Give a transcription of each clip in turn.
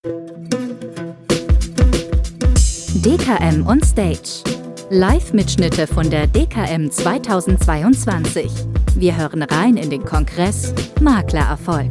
DKM on Stage. Live-Mitschnitte von der DKM 2022. Wir hören rein in den Kongress Maklererfolg.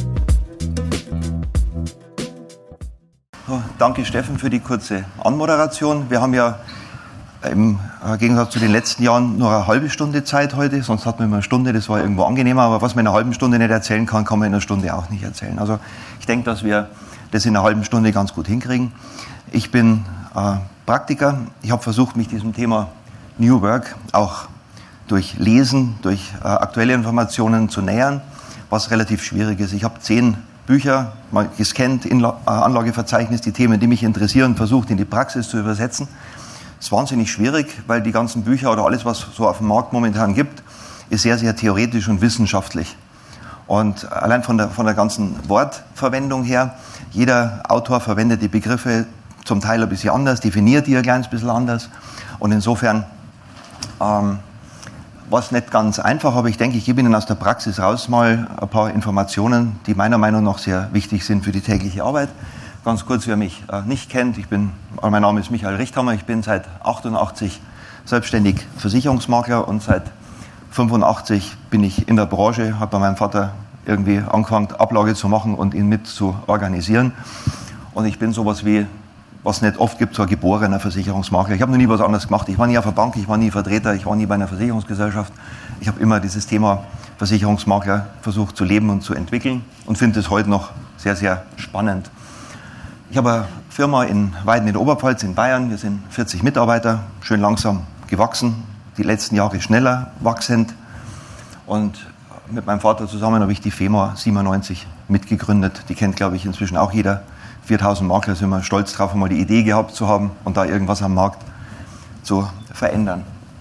Danke Steffen für die kurze Anmoderation. Wir haben ja im Gegensatz zu den letzten Jahren nur eine halbe Stunde Zeit heute, sonst hatten wir immer eine Stunde, das war irgendwo angenehmer, aber was man in einer halben Stunde nicht erzählen kann, kann man in einer Stunde auch nicht erzählen. Also ich denke, dass wir das in einer halben Stunde ganz gut hinkriegen. Ich bin Praktiker. Ich habe versucht, mich diesem Thema New Work auch durch Lesen, durch aktuelle Informationen zu nähern, was relativ schwierig ist. Ich habe 10 Bücher mal gescannt, Anlageverzeichnis, die Themen, die mich interessieren, versucht in die Praxis zu übersetzen. Das ist wahnsinnig schwierig, weil die ganzen Bücher oder alles, was so auf dem Markt momentan gibt, ist sehr, sehr theoretisch und wissenschaftlich. Und allein von der ganzen Wortverwendung her, jeder Autor verwendet die Begriffe zum Teil ein bisschen anders, definiert die ein kleines bisschen anders. Und insofern war es nicht ganz einfach, aber ich denke, ich gebe Ihnen aus der Praxis raus mal ein paar Informationen, die meiner Meinung nach sehr wichtig sind für die tägliche Arbeit. Ganz kurz, wer mich nicht kennt, mein Name ist Michael Richthammer, ich bin seit 88 selbstständig Versicherungsmakler und seit 85 bin ich in der Branche, habe bei meinem Vater irgendwie angefangen, Ablage zu machen und ihn mit zu organisieren. Und ich bin sowas wie, was es nicht oft gibt, so ein geborener Versicherungsmakler. Ich habe noch nie was anderes gemacht. Ich war nie auf einer Bank, ich war nie Vertreter, ich war nie bei einer Versicherungsgesellschaft. Ich habe immer dieses Thema Versicherungsmakler versucht zu leben und zu entwickeln und finde es heute noch sehr, sehr spannend. Ich habe eine Firma in Weiden in der Oberpfalz in Bayern. Wir sind 40 Mitarbeiter, schön langsam gewachsen, die letzten Jahre schneller wachsend. Und mit meinem Vater zusammen habe ich die FEMA 97 mitgegründet. Die kennt, glaube ich, inzwischen auch jeder. 4000 Makler, sind wir stolz drauf, mal die Idee gehabt zu haben und da irgendwas am Markt zu verändern.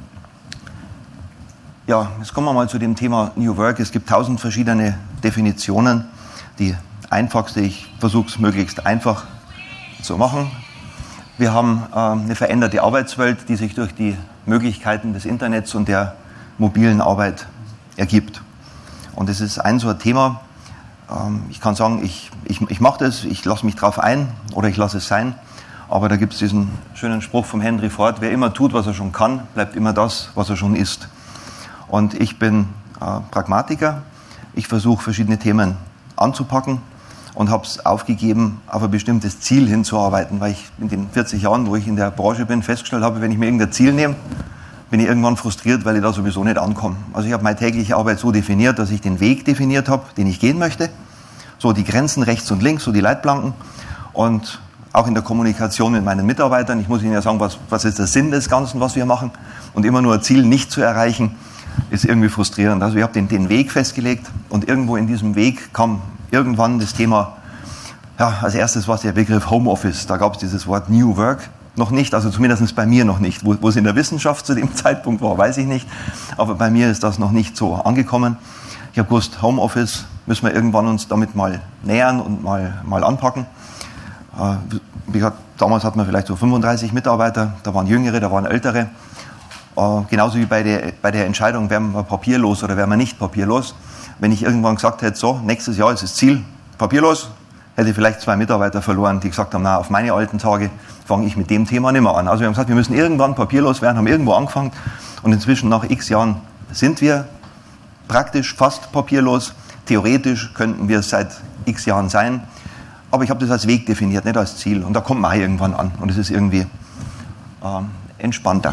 Ja, jetzt kommen wir mal zu dem Thema New Work. Es gibt 1000 verschiedene Definitionen. Die einfachste, ich versuche es möglichst einfach zu machen. Wir haben eine veränderte Arbeitswelt, die sich durch die Möglichkeiten des Internets und der mobilen Arbeit ergibt. Und es ist so ein Thema, ich kann sagen, ich mache das, ich lasse mich drauf ein oder ich lasse es sein. Aber da gibt es diesen schönen Spruch vom Henry Ford, wer immer tut, was er schon kann, bleibt immer das, was er schon ist. Und ich bin Pragmatiker. Ich versuche, verschiedene Themen anzupacken und habe es aufgegeben, auf ein bestimmtes Ziel hinzuarbeiten, weil ich in den 40 Jahren, wo ich in der Branche bin, festgestellt habe, wenn ich mir irgendein Ziel nehme, bin ich irgendwann frustriert, weil ich da sowieso nicht ankomme. Also ich habe meine tägliche Arbeit so definiert, dass ich den Weg definiert habe, den ich gehen möchte. So die Grenzen rechts und links, so die Leitplanken. Und auch in der Kommunikation mit meinen Mitarbeitern. Ich muss Ihnen ja sagen, was ist der Sinn des Ganzen, was wir machen. Und immer nur ein Ziel nicht zu erreichen, ist irgendwie frustrierend. Also ich habe den Weg festgelegt und irgendwo in diesem Weg kam irgendwann das Thema, ja, als erstes war es der Begriff Homeoffice. Da gab es dieses Wort New Work noch nicht, also zumindest bei mir noch nicht. Wo es in der Wissenschaft zu dem Zeitpunkt war, weiß ich nicht. Aber bei mir ist das noch nicht so angekommen. Ich habe gewusst, Homeoffice müssen wir irgendwann uns damit mal nähern und mal anpacken. Wie gesagt, damals hatten wir vielleicht so 35 Mitarbeiter, da waren Jüngere, da waren Ältere. Genauso wie bei der Entscheidung, werden wir papierlos oder werden wir nicht papierlos. Wenn ich irgendwann gesagt hätte, so, nächstes Jahr ist das Ziel papierlos, hätte ich vielleicht 2 Mitarbeiter verloren, die gesagt haben, na, auf meine alten Tage fange ich mit dem Thema nicht mehr an. Also wir haben gesagt, wir müssen irgendwann papierlos werden, haben irgendwo angefangen und inzwischen nach x Jahren sind wir praktisch fast papierlos. Theoretisch könnten wir es seit x Jahren sein, aber ich habe das als Weg definiert, nicht als Ziel. Und da kommt man irgendwann an und es ist irgendwie entspannter.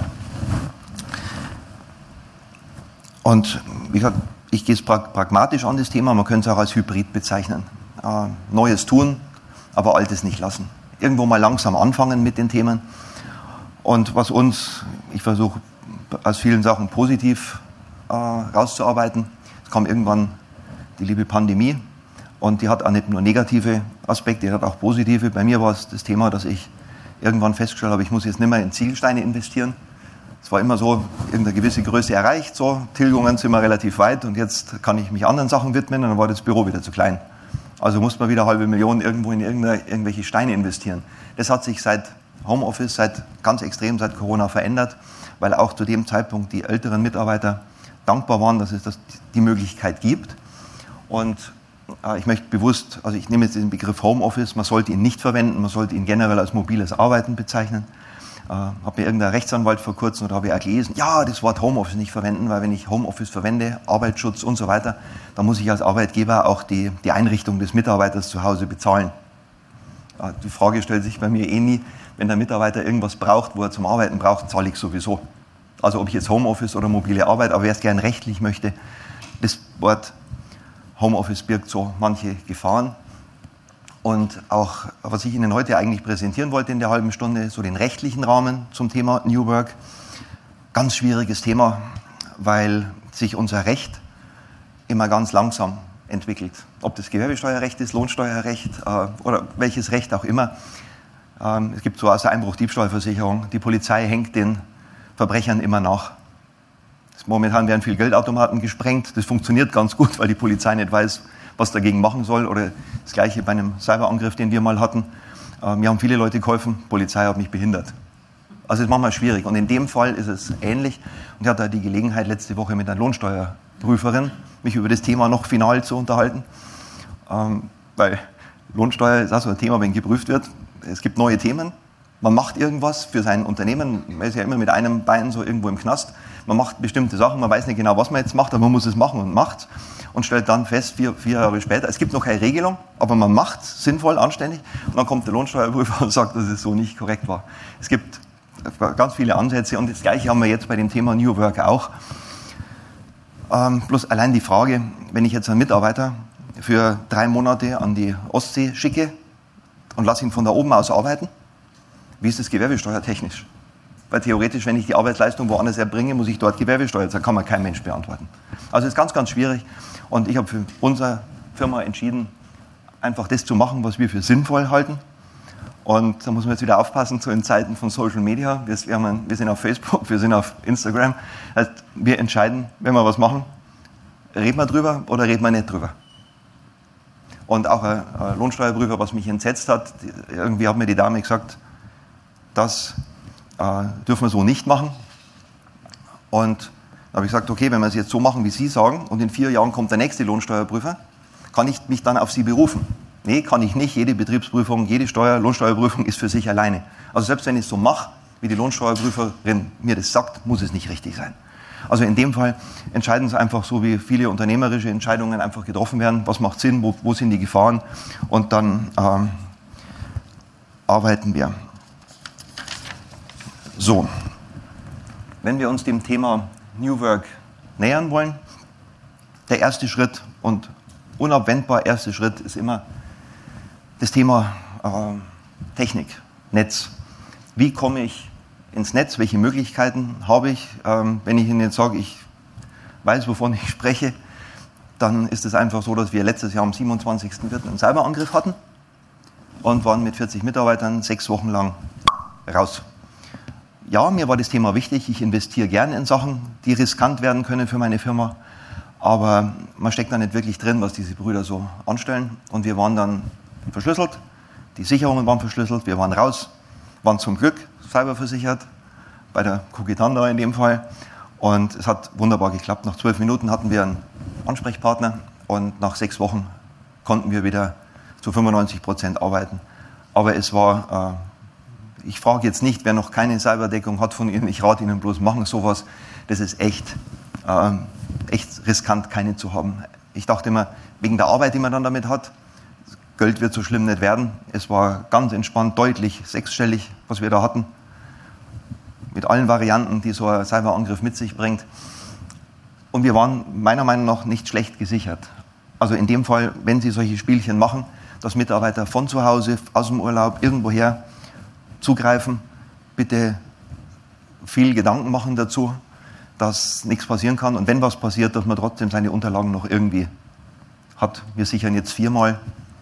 Und wie gesagt, ich gehe es pragmatisch an das Thema, man könnte es auch als Hybrid bezeichnen. Neues tun, aber Altes nicht lassen. Irgendwo mal langsam anfangen mit den Themen. Und was uns, ich versuche aus vielen Sachen positiv rauszuarbeiten, es kam irgendwann die liebe Pandemie und die hat auch nicht nur negative Aspekte, die hat auch positive. Bei mir war es das Thema, dass ich irgendwann festgestellt habe, ich muss jetzt nicht mehr in Ziegelsteine investieren. Es war immer so, irgendeine gewisse Größe erreicht, so Tilgungen sind wir relativ weit und jetzt kann ich mich anderen Sachen widmen und dann war das Büro wieder zu klein. Also musste man wieder 500.000 irgendwo in irgendwelche Steine investieren. Das hat sich seit Homeoffice, ganz extrem seit Corona verändert, weil auch zu dem Zeitpunkt die älteren Mitarbeiter dankbar waren, dass es die Möglichkeit gibt. Und ich möchte bewusst, also ich nehme jetzt den Begriff Homeoffice, man sollte ihn nicht verwenden, man sollte ihn generell als mobiles Arbeiten bezeichnen. Hat mir irgendein Rechtsanwalt vor kurzem oder habe ich auch gelesen, ja, das Wort Homeoffice nicht verwenden, weil wenn ich Homeoffice verwende, Arbeitsschutz und so weiter, dann muss ich als Arbeitgeber auch die Einrichtung des Mitarbeiters zu Hause bezahlen. Die Frage stellt sich bei mir nie, wenn der Mitarbeiter irgendwas braucht, wo er zum Arbeiten braucht, zahle ich sowieso. Also ob ich jetzt Homeoffice oder mobile Arbeit, aber wer es gern rechtlich möchte, das Wort Homeoffice birgt so manche Gefahren. Und auch, was ich Ihnen heute eigentlich präsentieren wollte in der halben Stunde, so den rechtlichen Rahmen zum Thema New Work. Ganz schwieriges Thema, weil sich unser Recht immer ganz langsam entwickelt. Ob das Gewerbesteuerrecht ist, Lohnsteuerrecht oder welches Recht auch immer. Es gibt so aus der Einbruch-Diebstahlversicherung, die Polizei hängt den Verbrechern immer nach. Momentan werden viel Geldautomaten gesprengt. Das funktioniert ganz gut, weil die Polizei nicht weiß, was dagegen machen soll. Oder das Gleiche bei einem Cyberangriff, den wir mal hatten. Mir haben viele Leute geholfen, die Polizei hat mich behindert. Also es ist manchmal schwierig. Und in dem Fall ist es ähnlich. Und ich hatte die Gelegenheit, letzte Woche mit einer Lohnsteuerprüferin mich über das Thema noch final zu unterhalten. Weil Lohnsteuer ist auch so ein Thema, wenn geprüft wird. Es gibt neue Themen. Man macht irgendwas für sein Unternehmen. Man ist ja immer mit einem Bein so irgendwo im Knast. Man macht bestimmte Sachen, man weiß nicht genau, was man jetzt macht, aber man muss es machen und macht's und stellt dann fest, vier Jahre später, es gibt noch keine Regelung, aber man macht's sinnvoll, anständig und dann kommt der Lohnsteuerprüfer und sagt, dass es so nicht korrekt war. Es gibt ganz viele Ansätze und das Gleiche haben wir jetzt bei dem Thema New Work auch. Bloß allein die Frage, wenn ich jetzt einen Mitarbeiter für 3 Monate an die Ostsee schicke und lasse ihn von da oben aus arbeiten, wie ist das gewerbesteuertechnisch? Weil theoretisch, wenn ich die Arbeitsleistung woanders erbringe, muss ich dort Gewerbesteuer zahlen. Kann man kein Mensch beantworten. Also es ist ganz, ganz schwierig. Und ich habe für unsere Firma entschieden, einfach das zu machen, was wir für sinnvoll halten. Und da muss man jetzt wieder aufpassen, so in Zeiten von Social Media. Wir sind auf Facebook, wir sind auf Instagram. Also wir entscheiden, wenn wir was machen, reden wir drüber oder reden wir nicht drüber. Und auch ein Lohnsteuerprüfer, was mich entsetzt hat, irgendwie hat mir die Dame gesagt, das dürfen wir so nicht machen. Und da habe ich gesagt, okay, wenn wir es jetzt so machen, wie Sie sagen, und in 4 Jahren kommt der nächste Lohnsteuerprüfer, kann ich mich dann auf Sie berufen? Nee, kann ich nicht. Jede Betriebsprüfung, jede Lohnsteuerprüfung ist für sich alleine. Also selbst wenn ich es so mache, wie die Lohnsteuerprüferin mir das sagt, muss es nicht richtig sein. Also in dem Fall entscheiden Sie einfach so, wie viele unternehmerische Entscheidungen einfach getroffen werden. Was macht Sinn, wo sind die Gefahren? Und dann arbeiten wir. So, wenn wir uns dem Thema New Work nähern wollen, der erste Schritt und unabwendbar erste Schritt ist immer das Thema Technik, Netz. Wie komme ich ins Netz? Welche Möglichkeiten habe ich? Wenn ich Ihnen jetzt sage, ich weiß, wovon ich spreche, dann ist es einfach so, dass wir letztes Jahr am 27.04. einen Cyberangriff hatten und waren mit 40 Mitarbeitern 6 Wochen lang raus. Ja, mir war das Thema wichtig. Ich investiere gerne in Sachen, die riskant werden können für meine Firma. Aber man steckt da nicht wirklich drin, was diese Brüder so anstellen. Und wir waren dann verschlüsselt. Die Sicherungen waren verschlüsselt. Wir waren raus, waren zum Glück cyberversichert, bei der Cogitanda in dem Fall. Und es hat wunderbar geklappt. Nach 12 Minuten hatten wir einen Ansprechpartner und nach 6 Wochen konnten wir wieder zu 95% arbeiten. Aber es war... Ich frage jetzt nicht, wer noch keine Cyberdeckung hat von Ihnen. Ich rate Ihnen bloß, machen sowas. Das ist echt riskant, keine zu haben. Ich dachte immer, wegen der Arbeit, die man dann damit hat, Geld wird so schlimm nicht werden. Es war ganz entspannt, deutlich 6-stellig, was wir da hatten. Mit allen Varianten, die so ein Cyberangriff mit sich bringt. Und wir waren meiner Meinung nach nicht schlecht gesichert. Also in dem Fall, wenn Sie solche Spielchen machen, dass Mitarbeiter von zu Hause, aus dem Urlaub, irgendwoher zugreifen, bitte viel Gedanken machen dazu, dass nichts passieren kann und wenn was passiert, dass man trotzdem seine Unterlagen noch irgendwie hat. Wir sichern jetzt 4-mal,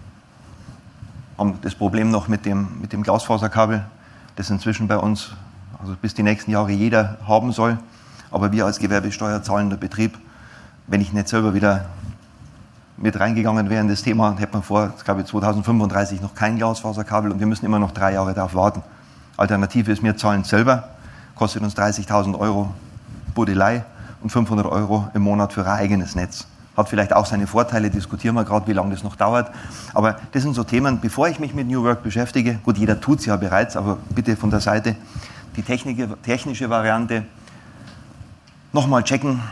haben das Problem noch mit dem Glasfaserkabel, das inzwischen bei uns, also bis die nächsten Jahre jeder haben soll, aber wir als gewerbesteuerzahlender Betrieb, wenn ich nicht selber wieder mit reingegangen wäre in das Thema, hätte man vor, glaube ich, 2035 noch kein Glasfaserkabel und wir müssen immer noch 3 Jahre darauf warten. Alternative ist, wir zahlen selber, kostet uns 30.000 € Buddelei und 500 € im Monat für ein eigenes Netz. Hat vielleicht auch seine Vorteile, diskutieren wir gerade, wie lange das noch dauert. Aber das sind so Themen, bevor ich mich mit New Work beschäftige, gut, jeder tut es ja bereits, aber bitte von der Seite die technische Variante. Nochmal checken,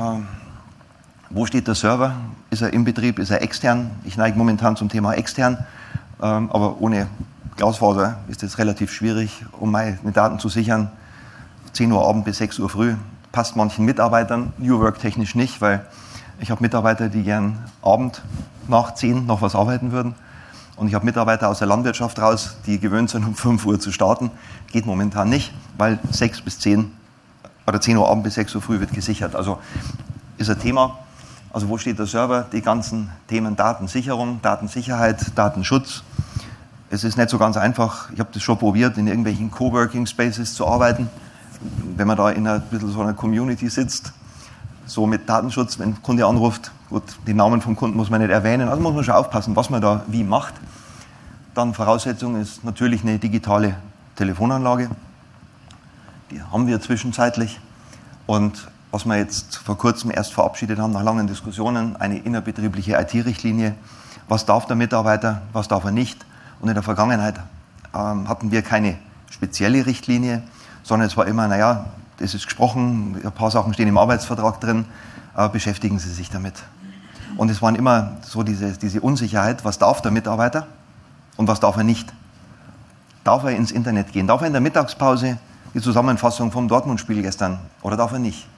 wo steht der Server? Ist er im Betrieb, ist er extern? Ich neige momentan zum Thema extern, aber ohne Glasfaser ist es relativ schwierig, um meine Daten zu sichern. 10 Uhr Abend bis 6 Uhr früh passt manchen Mitarbeitern, New Work technisch nicht, weil ich habe Mitarbeiter, die gern Abend nach 10 noch was arbeiten würden. Und ich habe Mitarbeiter aus der Landwirtschaft raus, die gewöhnt sind, um 5 Uhr zu starten. Geht momentan nicht, weil 6 bis 10 oder 10 Uhr Abend bis 6 Uhr früh wird gesichert. Also ist ein Thema. Also wo steht der Server? Die ganzen Themen Datensicherung, Datensicherheit, Datenschutz. Es ist nicht so ganz einfach. Ich habe das schon probiert, in irgendwelchen Coworking Spaces zu arbeiten. Wenn man da in ein bisschen so einer Community sitzt, so mit Datenschutz, wenn ein Kunde anruft, gut, den Namen vom Kunden muss man nicht erwähnen, also muss man schon aufpassen, was man da wie macht. Dann Voraussetzung ist natürlich eine digitale Telefonanlage. Die haben wir zwischenzeitlich. Und was wir jetzt vor kurzem erst verabschiedet haben, nach langen Diskussionen, eine innerbetriebliche IT-Richtlinie. Was darf der Mitarbeiter, was darf er nicht? Und in der Vergangenheit hatten wir keine spezielle Richtlinie, sondern es war immer, naja, es ist gesprochen, ein paar Sachen stehen im Arbeitsvertrag drin, beschäftigen Sie sich damit. Und es waren immer so diese Unsicherheit, was darf der Mitarbeiter und was darf er nicht? Darf er ins Internet gehen? Darf er in der Mittagspause die Zusammenfassung vom Dortmund-Spiel gestern oder darf er nicht?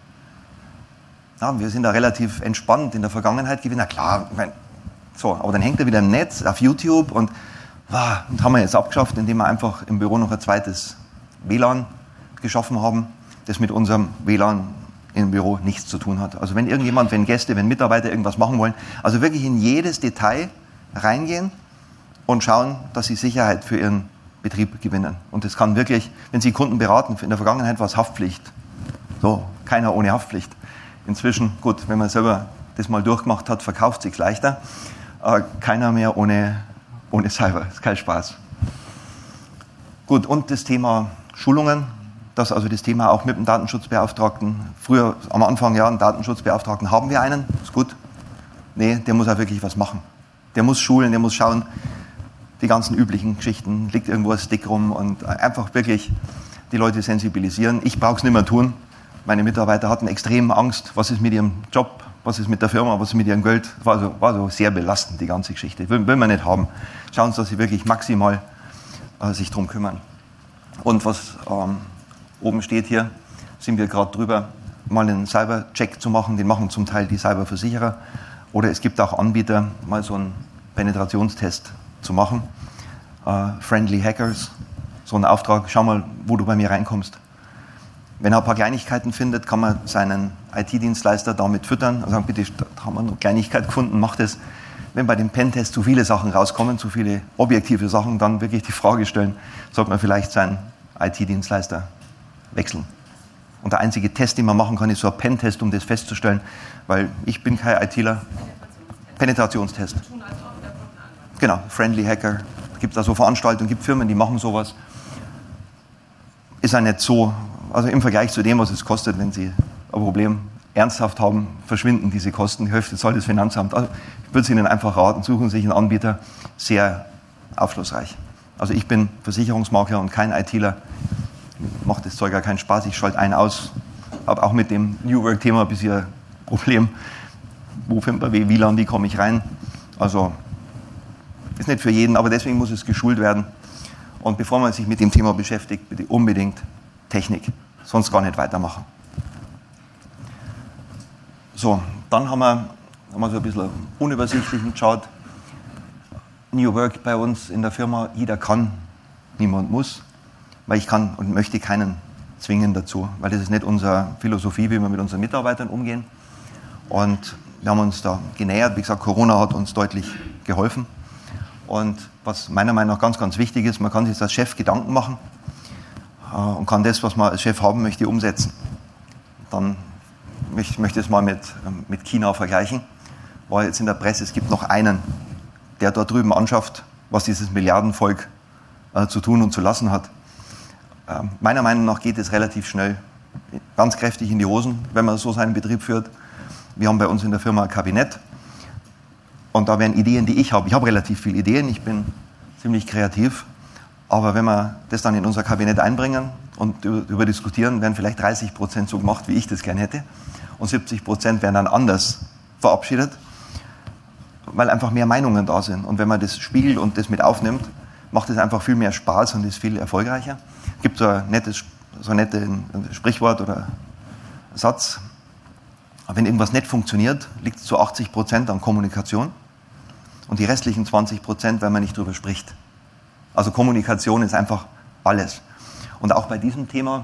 Ja, wir sind da relativ entspannt in der Vergangenheit gewesen. Na klar, so, aber dann hängt er wieder im Netz, auf YouTube und haben wir jetzt abgeschafft, indem wir einfach im Büro noch ein zweites WLAN geschaffen haben, das mit unserem WLAN im Büro nichts zu tun hat. Also wenn irgendjemand, wenn Gäste, wenn Mitarbeiter irgendwas machen wollen, also wirklich in jedes Detail reingehen und schauen, dass sie Sicherheit für ihren Betrieb gewinnen. Und das kann wirklich, wenn Sie Kunden beraten, in der Vergangenheit war es Haftpflicht. So, keiner ohne Haftpflicht. Inzwischen, gut, wenn man selber das mal durchgemacht hat, verkauft es sich leichter. Keiner mehr ohne Cyber, ist kein Spaß. Gut, und das Thema Schulungen, das also das Thema auch mit dem Datenschutzbeauftragten. Früher, am Anfang, ja, einen Datenschutzbeauftragten haben wir einen, ist gut. Nee, der muss auch wirklich was machen. Der muss schulen, der muss schauen, die ganzen üblichen Geschichten, liegt irgendwo ein Stick rum und einfach wirklich die Leute sensibilisieren. Ich brauche es nicht mehr tun. Meine Mitarbeiter hatten extrem Angst, was ist mit ihrem Job, was ist mit der Firma, was ist mit ihrem Geld. War so sehr belastend, die ganze Geschichte. Will man nicht haben. Schauen Sie, dass Sie wirklich maximal sich drum kümmern. Und was oben steht hier, sind wir gerade drüber, mal einen Cyber-Check zu machen. Den machen zum Teil die Cyberversicherer. Oder es gibt auch Anbieter, mal so einen Penetrationstest zu machen. Friendly Hackers, so ein Auftrag, schau mal, wo du bei mir reinkommst. Wenn er ein paar Kleinigkeiten findet, kann man seinen IT-Dienstleister damit füttern und sagen, bitte, da haben wir noch Kleinigkeit gefunden, mach das. Wenn bei dem Pentest zu viele Sachen rauskommen, zu viele objektive Sachen, dann wirklich die Frage stellen, sollte man vielleicht seinen IT-Dienstleister wechseln. Und der einzige Test, den man machen kann, ist so ein Pentest, um das festzustellen, weil ich bin kein ITler. Penetrationstest. Genau, Friendly Hacker. Es gibt also Veranstaltungen, gibt Firmen, die machen sowas. Ist ja nicht so, also im Vergleich zu dem, was es kostet, wenn Sie ein Problem ernsthaft haben, verschwinden diese Kosten. Die Hälfte zahlt das Finanzamt. Also ich würde es Ihnen einfach raten, suchen Sie sich einen Anbieter, sehr aufschlussreich. Also ich bin Versicherungsmakler und kein ITler. Macht das Zeug ja keinen Spaß, ich schalte einen aus. Habe auch mit dem New Work-Thema ein bisschen ein Problem. Wo findet man WLAN, wie komme ich rein? Also ist nicht für jeden, aber deswegen muss es geschult werden. Und bevor man sich mit dem Thema beschäftigt, bitte unbedingt Technik, sonst gar nicht weitermachen. So, dann haben wir so ein bisschen unübersichtlichen Chart. New Work bei uns in der Firma, jeder kann, niemand muss, weil ich kann und möchte keinen zwingen dazu, weil das ist nicht unsere Philosophie, wie wir mit unseren Mitarbeitern umgehen. Und wir haben uns da genähert, wie gesagt, Corona hat uns deutlich geholfen. Und was meiner Meinung nach ganz, ganz wichtig ist, man kann sich als Chef Gedanken machen und kann das, was man als Chef haben möchte, umsetzen. Dann ich möchte es mal mit China vergleichen. War jetzt in der Presse, es gibt noch einen, der dort drüben anschafft, was dieses Milliardenvolk zu tun und zu lassen hat. Meiner Meinung nach geht es relativ schnell, ganz kräftig in die Hosen, wenn man so seinen Betrieb führt. Wir haben bei uns in der Firma ein Kabinett und da werden Ideen, die ich habe relativ viele Ideen, ich bin ziemlich kreativ, aber wenn wir das dann in unser Kabinett einbringen und darüber diskutieren, werden vielleicht 30% so gemacht, wie ich das gerne hätte und 70% werden dann anders verabschiedet, weil einfach mehr Meinungen da sind. Und wenn man das spiegelt und das mit aufnimmt, macht es einfach viel mehr Spaß und ist viel erfolgreicher. Es gibt so ein nettes Sprichwort oder Satz, wenn irgendwas nicht funktioniert, liegt es zu 80% an Kommunikation und die restlichen 20%, weil man nicht drüber spricht. Also Kommunikation ist einfach alles. Und auch bei diesem Thema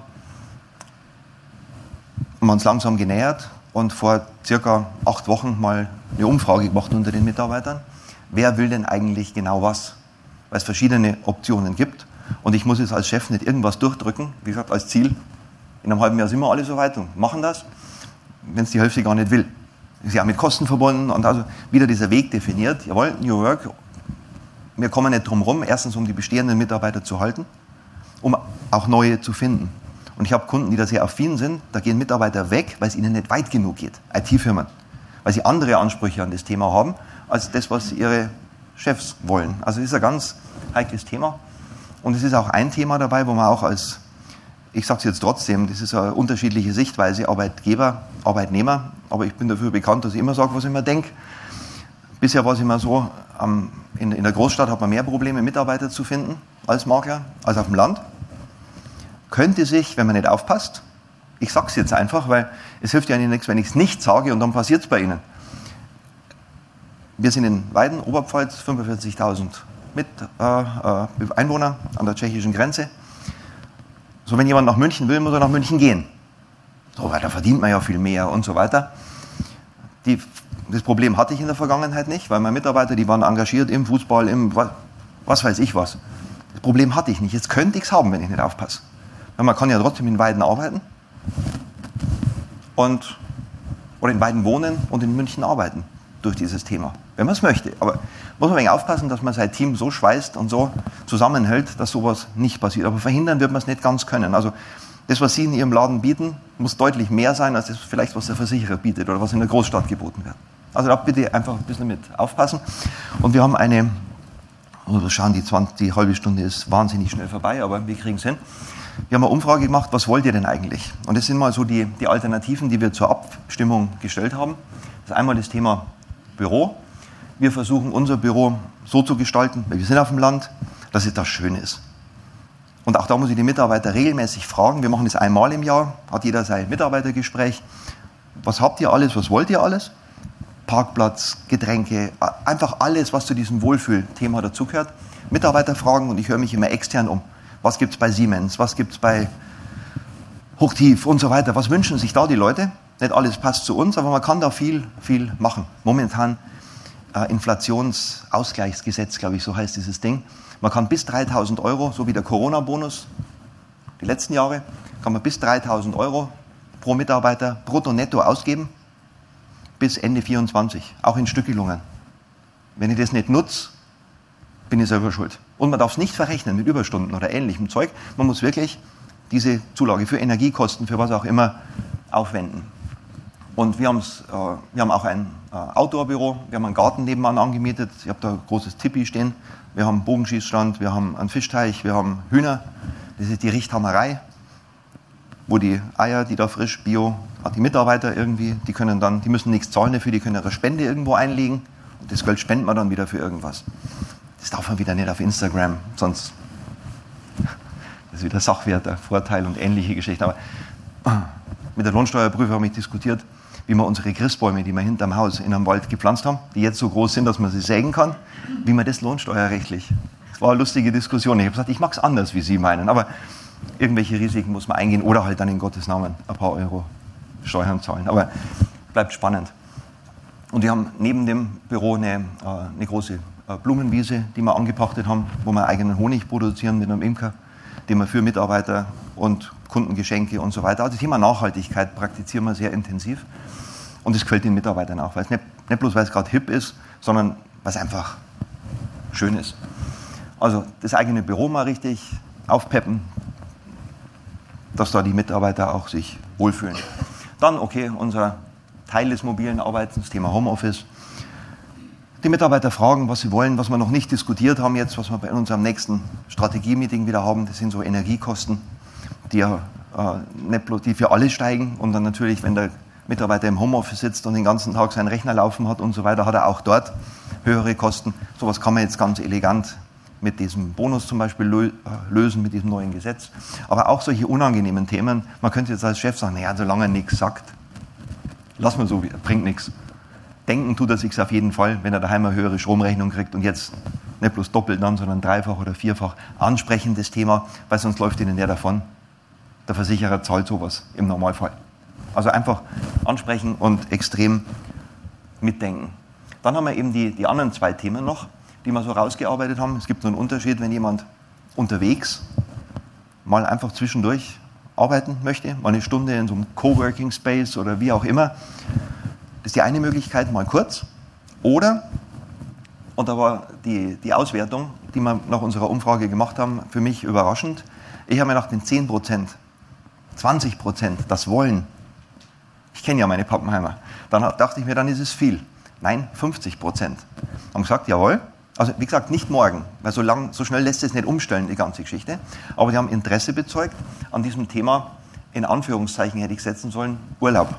haben wir uns langsam genähert und vor circa 8 Wochen mal eine Umfrage gemacht unter den Mitarbeitern. Wer will denn eigentlich genau was? Weil es verschiedene Optionen gibt. Und ich muss jetzt als Chef nicht irgendwas durchdrücken. Wie gesagt, als Ziel, in einem halben Jahr sind wir alle soweit und machen das, wenn es die Hälfte gar nicht will. Das ist ja auch mit Kosten verbunden und also wieder dieser Weg definiert. Jawohl, New Work, wir kommen nicht drum rum, erstens um die bestehenden Mitarbeiter zu halten, um auch neue zu finden. Und ich habe Kunden, die da sehr affin sind, da gehen Mitarbeiter weg, weil es ihnen nicht weit genug geht, IT-Firmen, weil sie andere Ansprüche an das Thema haben, als das, was ihre Chefs wollen. Also es ist ein ganz heikles Thema. Und es ist auch ein Thema dabei, wo man auch als, ich sage es jetzt trotzdem, das ist eine unterschiedliche Sichtweise, Arbeitgeber, Arbeitnehmer, aber ich bin dafür bekannt, dass ich immer sage, was ich mir denke. Bisher war es immer so, in der Großstadt hat man mehr Probleme, Mitarbeiter zu finden als Makler, als auf dem Land. Könnte sich, wenn man nicht aufpasst, ich sage es jetzt einfach, weil es hilft ja nichts, wenn ich es nicht sage und dann passiert es bei Ihnen. Wir sind in Weiden, Oberpfalz, 45.000 Einwohner an der tschechischen Grenze. So, wenn jemand nach München will, muss er nach München gehen. So, weil da verdient man ja viel mehr und so weiter. Das Problem hatte ich in der Vergangenheit nicht, weil meine Mitarbeiter, die waren engagiert im Fußball, im was weiß ich was. Das Problem hatte ich nicht. Jetzt könnte ich es haben, wenn ich nicht aufpasse. Weil man kann ja trotzdem in Weiden arbeiten oder in Weiden wohnen und in München arbeiten durch dieses Thema, wenn man es möchte. Aber muss man ein wenig aufpassen, dass man sein Team so schweißt und so zusammenhält, dass sowas nicht passiert. Aber verhindern wird man es nicht ganz können. Also das, was Sie in Ihrem Laden bieten, muss deutlich mehr sein, als das vielleicht, was der Versicherer bietet oder was in der Großstadt geboten wird. Also da bitte einfach ein bisschen mit aufpassen. Und wir haben schauen, die halbe Stunde ist wahnsinnig schnell vorbei, aber wir kriegen es hin. Wir haben eine Umfrage gemacht, was wollt ihr denn eigentlich? Und das sind mal so die Alternativen, die wir zur Abstimmung gestellt haben. Das ist einmal das Thema Büro. Wir versuchen, unser Büro so zu gestalten, weil wir sind auf dem Land, dass es da schön ist. Und auch da muss ich die Mitarbeiter regelmäßig fragen. Wir machen das einmal im Jahr, hat jeder sein Mitarbeitergespräch. Was habt ihr alles, was wollt ihr alles? Parkplatz, Getränke, einfach alles, was zu diesem Wohlfühlthema dazugehört. Mitarbeiter fragen und ich höre mich immer extern um. Was gibt es bei Siemens, was gibt es bei Hochtief und so weiter. Was wünschen sich da die Leute? Nicht alles passt zu uns, aber man kann da viel, viel machen. Momentan Inflationsausgleichsgesetz, glaube ich, so heißt dieses Ding. Man kann bis 3.000 Euro, so wie der Corona-Bonus, die letzten Jahre, kann man bis 3.000 Euro pro Mitarbeiter brutto netto ausgeben, bis Ende 24, auch in Stückelungen. Wenn ich das nicht nutze, bin ich selber schuld. Und man darf es nicht verrechnen mit Überstunden oder ähnlichem Zeug. Man muss wirklich diese Zulage für Energiekosten, für was auch immer, aufwenden. Und wir haben auch ein Outdoor-Büro, wir haben einen Garten nebenan angemietet, ich habe da ein großes Tipi stehen, wir haben einen Bogenschießstand, wir haben einen Fischteich, wir haben Hühner, das ist die Richthammerei, wo die Eier, die da frisch, bio, die Mitarbeiter irgendwie, die müssen nichts zahlen dafür, die können ihre Spende irgendwo einlegen und das Geld spendet man dann wieder für irgendwas. Das darf man wieder nicht auf Instagram, sonst das ist wieder Sachwerter, Vorteil und ähnliche Geschichten. Aber mit der Lohnsteuerprüfer habe ich diskutiert, wie wir unsere Christbäume, die wir hinterm Haus in einem Wald gepflanzt haben, die jetzt so groß sind, dass man sie sägen kann, wie man das lohnsteuerrechtlich. Das war eine lustige Diskussion. Ich habe gesagt, ich mag es anders, wie Sie meinen, aber irgendwelche Risiken muss man eingehen oder halt dann in Gottes Namen ein paar Euro Steuern zahlen. Aber bleibt spannend. Und wir haben neben dem Büro eine große Blumenwiese, die wir angepachtet haben, wo wir eigenen Honig produzieren mit einem Imker, den wir für Mitarbeiter und Kundengeschenke und so weiter. Also das Thema Nachhaltigkeit praktizieren wir sehr intensiv. Und das gefällt den Mitarbeitern auch, weil es nicht bloß, weil es gerade hip ist, sondern weil es einfach schön ist. Also das eigene Büro mal richtig aufpeppen, dass da die Mitarbeiter auch sich wohlfühlen. Dann, okay, unser Teil des mobilen Arbeitens, das Thema Homeoffice. Die Mitarbeiter fragen, was sie wollen, was wir noch nicht diskutiert haben jetzt, was wir bei unserem nächsten Strategie-Meeting wieder haben, das sind so Energiekosten, die ja nicht bloß die für alle steigen. Und dann natürlich, wenn der Mitarbeiter im Homeoffice sitzt und den ganzen Tag seinen Rechner laufen hat und so weiter, hat er auch dort höhere Kosten. Sowas kann man jetzt ganz elegant mit diesem Bonus zum Beispiel lösen, mit diesem neuen Gesetz. Aber auch solche unangenehmen Themen, man könnte jetzt als Chef sagen, naja, solange er nichts sagt, lass mal so, bringt nichts. Denken tut er sich auf jeden Fall, wenn er daheim eine höhere Stromrechnung kriegt und jetzt nicht bloß doppelt dann, sondern dreifach oder vierfach ansprechendes Thema, weil sonst läuft ihnen der davon. Der Versicherer zahlt sowas im Normalfall. Also einfach ansprechen und extrem mitdenken. Dann haben wir eben die anderen zwei Themen noch, die wir so rausgearbeitet haben. Es gibt so einen Unterschied, wenn jemand unterwegs mal einfach zwischendurch arbeiten möchte, mal eine Stunde in so einem Coworking Space oder wie auch immer. Das ist die eine Möglichkeit, mal kurz. Oder, und da war die Auswertung, die wir nach unserer Umfrage gemacht haben, für mich überraschend. Ich habe mir gedacht, den 10%, 20% das wollen. Ich kenne ja meine Pappenheimer. Dann dachte ich mir, dann ist es viel. Nein, 50% haben gesagt, jawohl. Also wie gesagt, nicht morgen, weil so schnell lässt es nicht umstellen, die ganze Geschichte. Aber die haben Interesse bezeugt an diesem Thema, in Anführungszeichen hätte ich setzen sollen, Urlaub.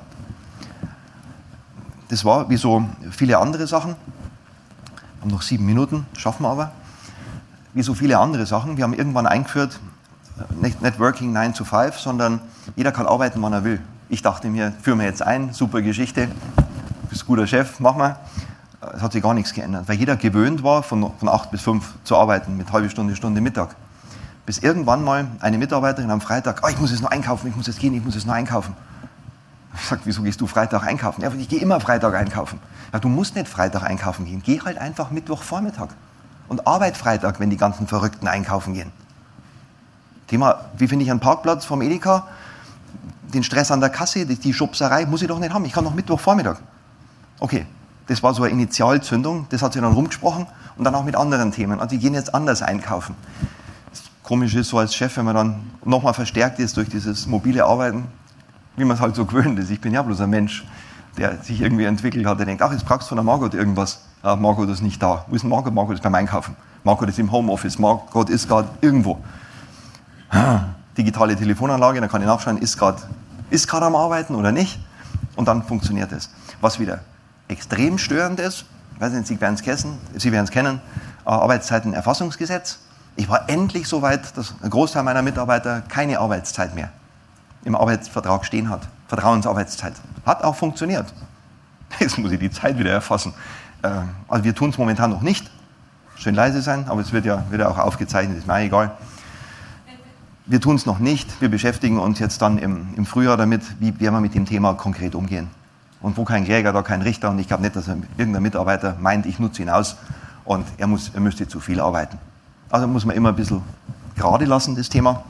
Das war wie so viele andere Sachen, wir haben noch 7 Minuten, schaffen wir aber, wie so viele andere Sachen. Wir haben irgendwann eingeführt, nicht Working 9 to 5, sondern jeder kann arbeiten, wann er will. Ich dachte mir, führen wir jetzt ein, super Geschichte, bist guter Chef, mach mal. Es hat sich gar nichts geändert, weil jeder gewöhnt war, von 8 bis 5 zu arbeiten, mit halbe Stunde, Stunde Mittag. Bis irgendwann mal eine Mitarbeiterin am Freitag, ich muss jetzt noch einkaufen, ich muss jetzt gehen, ich muss jetzt noch einkaufen. Ich sage, wieso gehst du Freitag einkaufen? Ja, ich gehe immer Freitag einkaufen. Ja, du musst nicht Freitag einkaufen gehen, geh halt einfach Mittwochvormittag und arbeit Freitag, wenn die ganzen Verrückten einkaufen gehen. Thema, wie finde ich einen Parkplatz vom Edeka? Den Stress an der Kasse, die Schubserei, muss ich doch nicht haben, ich kann noch Mittwochvormittag. Okay, das war so eine Initialzündung, das hat sich dann rumgesprochen und dann auch mit anderen Themen. Also die gehen jetzt anders einkaufen. Das Komische ist so als Chef, wenn man dann nochmal verstärkt ist durch dieses mobile Arbeiten, wie man es halt so gewöhnt ist. Ich bin ja bloß ein Mensch, der sich irgendwie entwickelt hat, der denkt, jetzt brauchst du von der Margot irgendwas. Margot ist nicht da. Wo ist denn Margot? Margot ist beim Einkaufen. Margot ist im Homeoffice. Margot ist gerade irgendwo. Digitale Telefonanlage, dann kann ich nachschauen, ist gerade am Arbeiten oder nicht. Und dann funktioniert es. Was wieder extrem störend ist, ich weiß nicht, Sie werden es kennen, Arbeitszeitenerfassungsgesetz. Ich war endlich so weit, dass ein Großteil meiner Mitarbeiter keine Arbeitszeit mehr im Arbeitsvertrag stehen hat. Vertrauensarbeitszeit. Hat auch funktioniert. Jetzt muss ich die Zeit wieder erfassen. Also wir tun es momentan noch nicht. Schön leise sein, aber es wird ja auch aufgezeichnet, ist mir egal. Wir tun es noch nicht. Wir beschäftigen uns jetzt dann im Frühjahr damit, wie werden wir mit dem Thema konkret umgehen. Und wo kein Kläger, da kein Richter. Und ich glaube nicht, dass irgendein Mitarbeiter meint, ich nutze ihn aus und er müsste zu viel arbeiten. Also muss man immer ein bisschen gerade lassen, das Thema.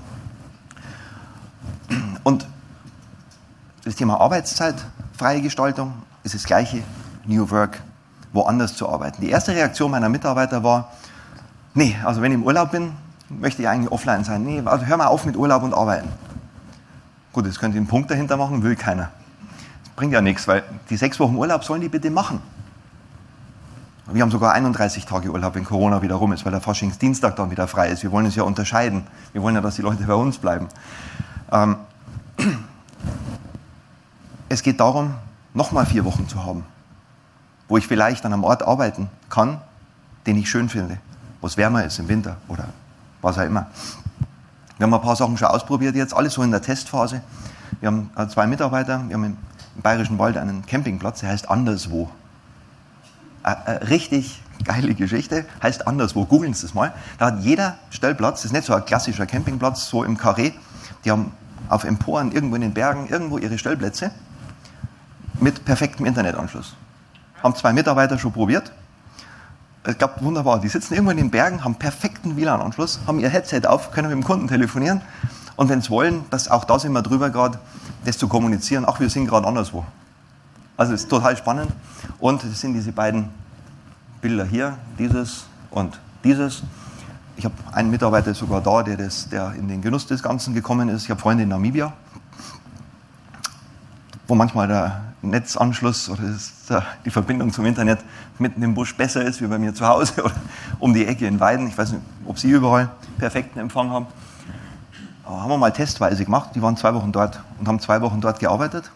Und das Thema Arbeitszeit, freie Gestaltung, ist das gleiche, New Work, woanders zu arbeiten. Die erste Reaktion meiner Mitarbeiter war, nee, also wenn ich im Urlaub bin, möchte ich eigentlich offline sein. Nee, also hör mal auf mit Urlaub und Arbeiten. Gut, jetzt könnt ihr einen Punkt dahinter machen, will keiner. Das bringt ja nichts, weil die 6 Wochen Urlaub sollen die bitte machen. Wir haben sogar 31 Tage Urlaub, wenn Corona wieder rum ist, weil der Faschingsdienstag dann wieder frei ist. Wir wollen es ja unterscheiden. Wir wollen ja, dass die Leute bei uns bleiben. Es geht darum, nochmal 4 Wochen zu haben, wo ich vielleicht an einem Ort arbeiten kann, den ich schön finde, wo es wärmer ist im Winter oder was auch immer. Wir haben ein paar Sachen schon ausprobiert jetzt, alles so in der Testphase. Wir haben 2 Mitarbeiter, wir haben im Bayerischen Wald einen Campingplatz, der heißt Anderswo. Richtig geile Geschichte, heißt Anderswo, googeln Sie das mal. Da hat jeder Stellplatz, das ist nicht so ein klassischer Campingplatz, so im Karree, die haben auf Emporen, irgendwo in den Bergen, irgendwo ihre Stellplätze mit perfektem Internetanschluss. Haben 2 Mitarbeiter schon probiert. Es klappt wunderbar. Die sitzen irgendwo in den Bergen, haben perfekten WLAN-Anschluss, haben ihr Headset auf, können mit dem Kunden telefonieren. Und wenn sie wollen, auch da sind wir drüber gerade, das zu kommunizieren, wir sind gerade anderswo. Also es ist total spannend. Und es sind diese beiden Bilder hier, dieses und dieses. Ich habe einen Mitarbeiter sogar da, der in den Genuss des Ganzen gekommen ist. Ich habe Freunde in Namibia. wo manchmal der Netzanschluss oder die Verbindung zum Internet mitten im Busch besser ist, wie bei mir zu Hause oder um die Ecke in Weiden. Ich weiß nicht, ob Sie überall perfekten Empfang haben. Aber haben wir mal testweise gemacht. Die waren 2 Wochen dort und haben 2 Wochen dort gearbeitet.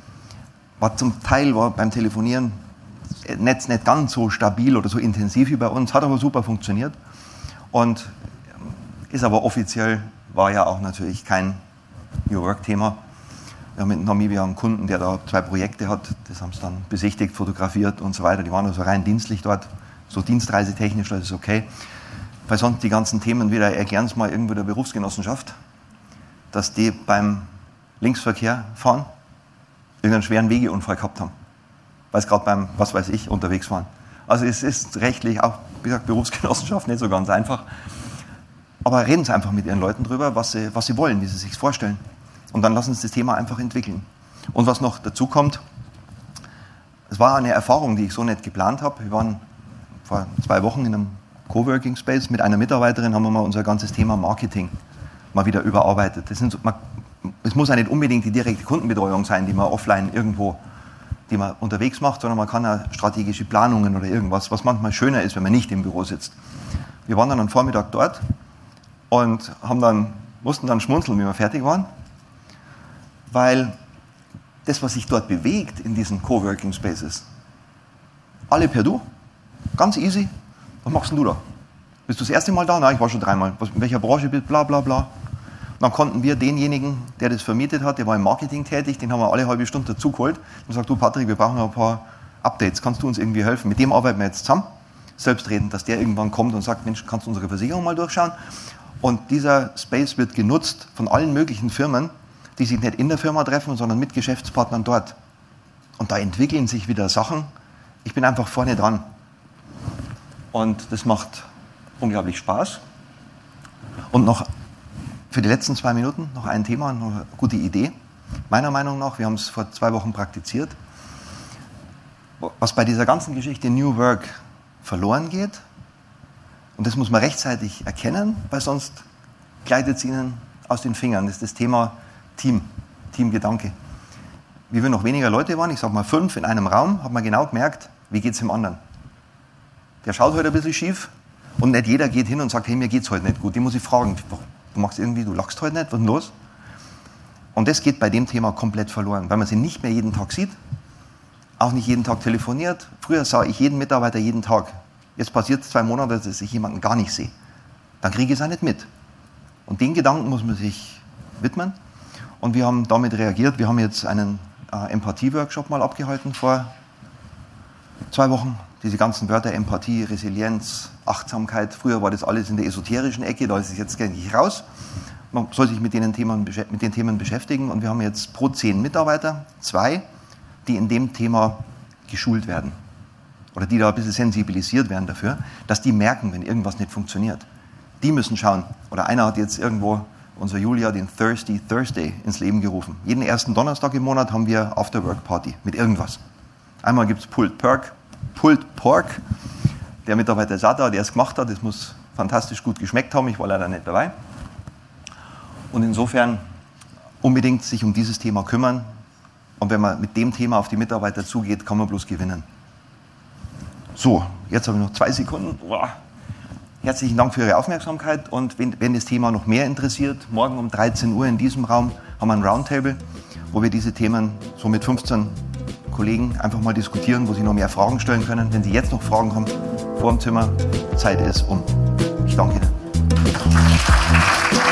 Zum Teil war beim Telefonieren das Netz nicht ganz so stabil oder so intensiv wie bei uns, hat aber super funktioniert. Und ist aber offiziell, war ja auch natürlich kein New Work-Thema. Wir haben in Namibia einen Kunden, der da 2 Projekte hat. Das haben sie dann besichtigt, fotografiert und so weiter. Die waren also rein dienstlich dort, so dienstreisetechnisch, das ist okay. Weil sonst die ganzen Themen wieder, erklären Sie mal irgendwo der Berufsgenossenschaft, dass die beim Linksverkehr fahren, irgendeinen schweren Wegeunfall gehabt haben. Weil sie gerade beim, was weiß ich, unterwegs waren. Also es ist rechtlich auch, wie gesagt, Berufsgenossenschaft nicht so ganz einfach. Aber reden Sie einfach mit Ihren Leuten drüber, was sie wollen, wie Sie sich vorstellen. Und dann lassen Sie das Thema einfach entwickeln. Und was noch dazu kommt, es war eine Erfahrung, die ich so nicht geplant habe. Wir waren vor 2 Wochen in einem Coworking Space mit einer Mitarbeiterin, haben wir mal unser ganzes Thema Marketing mal wieder überarbeitet. Es muss ja nicht unbedingt die direkte Kundenbetreuung sein, die man offline irgendwo, die man unterwegs macht, sondern man kann auch strategische Planungen oder irgendwas, was manchmal schöner ist, wenn man nicht im Büro sitzt. Wir waren dann am Vormittag dort und mussten dann schmunzeln, wie wir fertig waren, weil das, was sich dort bewegt in diesen Coworking Spaces, alle per Du, ganz easy. Was machst denn du da? Bist du das erste Mal da? Nein, ich war schon 3-mal. In welcher Branche bist du? Bla bla bla. Und dann konnten wir denjenigen, der das vermietet hat, der war im Marketing tätig, den haben wir alle halbe Stunde dazugeholt und gesagt, du Patrick, wir brauchen ein paar Updates, kannst du uns irgendwie helfen? Mit dem arbeiten wir jetzt zusammen, selbstredend, dass der irgendwann kommt und sagt, Mensch, kannst du unsere Versicherung mal durchschauen? Und dieser Space wird genutzt von allen möglichen Firmen, die sich nicht in der Firma treffen, sondern mit Geschäftspartnern dort. Und da entwickeln sich wieder Sachen. Ich bin einfach vorne dran. Und das macht unglaublich Spaß. Und noch für die letzten 2 Minuten noch ein Thema, noch eine gute Idee. Meiner Meinung nach, wir haben es vor 2 Wochen praktiziert, was bei dieser ganzen Geschichte New Work verloren geht, und das muss man rechtzeitig erkennen, weil sonst gleitet es Ihnen aus den Fingern, das ist das Thema Teamgedanke. Wie wir noch weniger Leute waren, ich sage mal 5 in einem Raum, hat man genau gemerkt, wie geht es dem anderen. Der schaut heute ein bisschen schief und nicht jeder geht hin und sagt, hey, mir geht es heute nicht gut. Die muss ich fragen, du lachst heute nicht, was ist denn los? Und das geht bei dem Thema komplett verloren, weil man sie nicht mehr jeden Tag sieht, auch nicht jeden Tag telefoniert. Früher sah ich jeden Mitarbeiter jeden Tag. Jetzt passiert es 2 Monate, dass ich jemanden gar nicht sehe. Dann kriege ich es auch nicht mit. Und den Gedanken muss man sich widmen. Und wir haben damit reagiert. Wir haben jetzt einen Empathie-Workshop mal abgehalten vor 2 Wochen. Diese ganzen Wörter, Empathie, Resilienz, Achtsamkeit. Früher war das alles in der esoterischen Ecke, da ist es jetzt gänzlich raus. Man soll sich mit den Themen beschäftigen. Und wir haben jetzt pro 10 Mitarbeiter 2, die in dem Thema geschult werden. Oder die da ein bisschen sensibilisiert werden dafür, dass die merken, wenn irgendwas nicht funktioniert. Die müssen schauen. Oder einer hat jetzt irgendwo, unser Julia, den Thirsty Thursday ins Leben gerufen. Jeden ersten Donnerstag im Monat haben wir After-Work-Party mit irgendwas. Einmal gibt es Pulled Pork. Der Mitarbeiter ist auch da, der es gemacht hat. Das muss fantastisch gut geschmeckt haben. Ich war leider nicht dabei. Und insofern unbedingt sich um dieses Thema kümmern. Und wenn man mit dem Thema auf die Mitarbeiter zugeht, kann man bloß gewinnen. So, jetzt habe ich noch 2 Sekunden. Herzlichen Dank für Ihre Aufmerksamkeit. Und wenn das Thema noch mehr interessiert, morgen um 13 Uhr in diesem Raum haben wir ein Roundtable, wo wir diese Themen so mit 15 Kollegen einfach mal diskutieren, wo Sie noch mehr Fragen stellen können. Wenn Sie jetzt noch Fragen haben, vor dem Zimmer, Zeit ist um. Ich danke Ihnen.